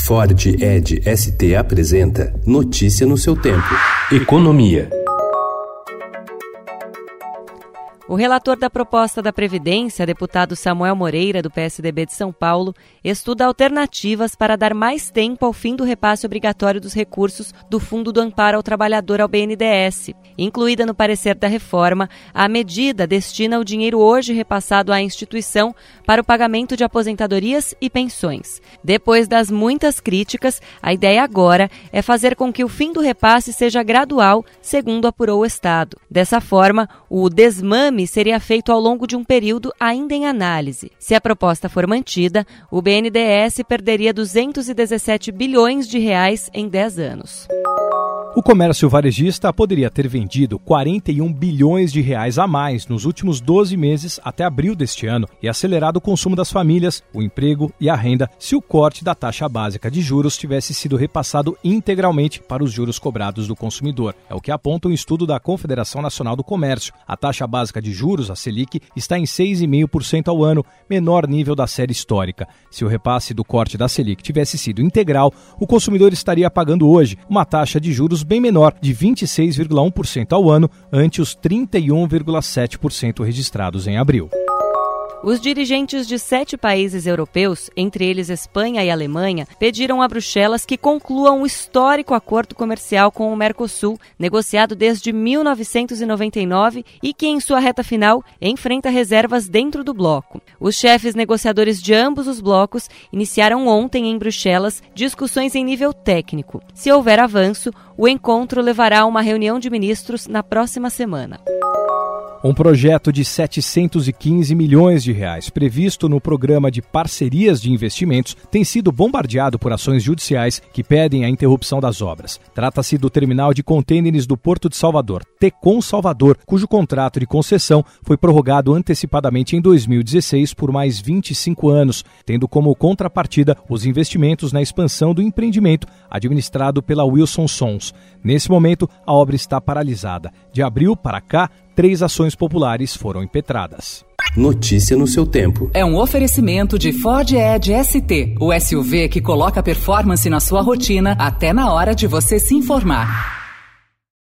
Ford Edge ST apresenta Notícia no seu tempo. Economia. O relator da proposta da Previdência, deputado Samuel Moreira, do PSDB de São Paulo, estuda alternativas para dar mais tempo ao fim do repasse obrigatório dos recursos do Fundo do Amparo ao Trabalhador ao BNDES. Incluída no parecer da reforma, a medida destina o dinheiro hoje repassado à instituição para o pagamento de aposentadorias e pensões. Depois das muitas críticas, a ideia agora é fazer com que o fim do repasse seja gradual, segundo apurou o Estado. Dessa forma, o desmame seria feito ao longo de um período ainda em análise. Se a proposta for mantida, o BNDES perderia 217 bilhões de reais em 10 anos. O comércio varejista poderia ter vendido 41 bilhões de reais a mais nos últimos 12 meses até abril deste ano e acelerado o consumo das famílias, o emprego e a renda se o corte da taxa básica de juros tivesse sido repassado integralmente para os juros cobrados do consumidor. É o que aponta um estudo da Confederação Nacional do Comércio. A taxa básica de juros, a Selic, está em 6,5% ao ano, menor nível da série histórica. Se o repasse do corte da Selic tivesse sido integral, o consumidor estaria pagando hoje uma taxa de juros bem menor, de 26,1% ao ano, ante os 31,7% registrados em abril. Os dirigentes de 7 países europeus, entre eles Espanha e Alemanha, pediram a Bruxelas que conclua um histórico acordo comercial com o Mercosul, negociado desde 1999 e que, em sua reta final, enfrenta reservas dentro do bloco. Os chefes negociadores de ambos os blocos iniciaram ontem em Bruxelas discussões em nível técnico. Se houver avanço, o encontro levará a uma reunião de ministros na próxima semana. Um projeto de 715 milhões de reais previsto no programa de parcerias de investimentos tem sido bombardeado por ações judiciais que pedem a interrupção das obras. Trata-se do terminal de contêineres do Porto de Salvador, Tecon Salvador, cujo contrato de concessão foi prorrogado antecipadamente em 2016 por mais 25 anos, tendo como contrapartida os investimentos na expansão do empreendimento administrado pela Wilson Sons. Nesse momento, a obra está paralisada. De abril para cá, 3 ações populares foram impetradas. Notícia no seu tempo. É um oferecimento de Ford Edge ST, o SUV que coloca performance na sua rotina até na hora de você se informar.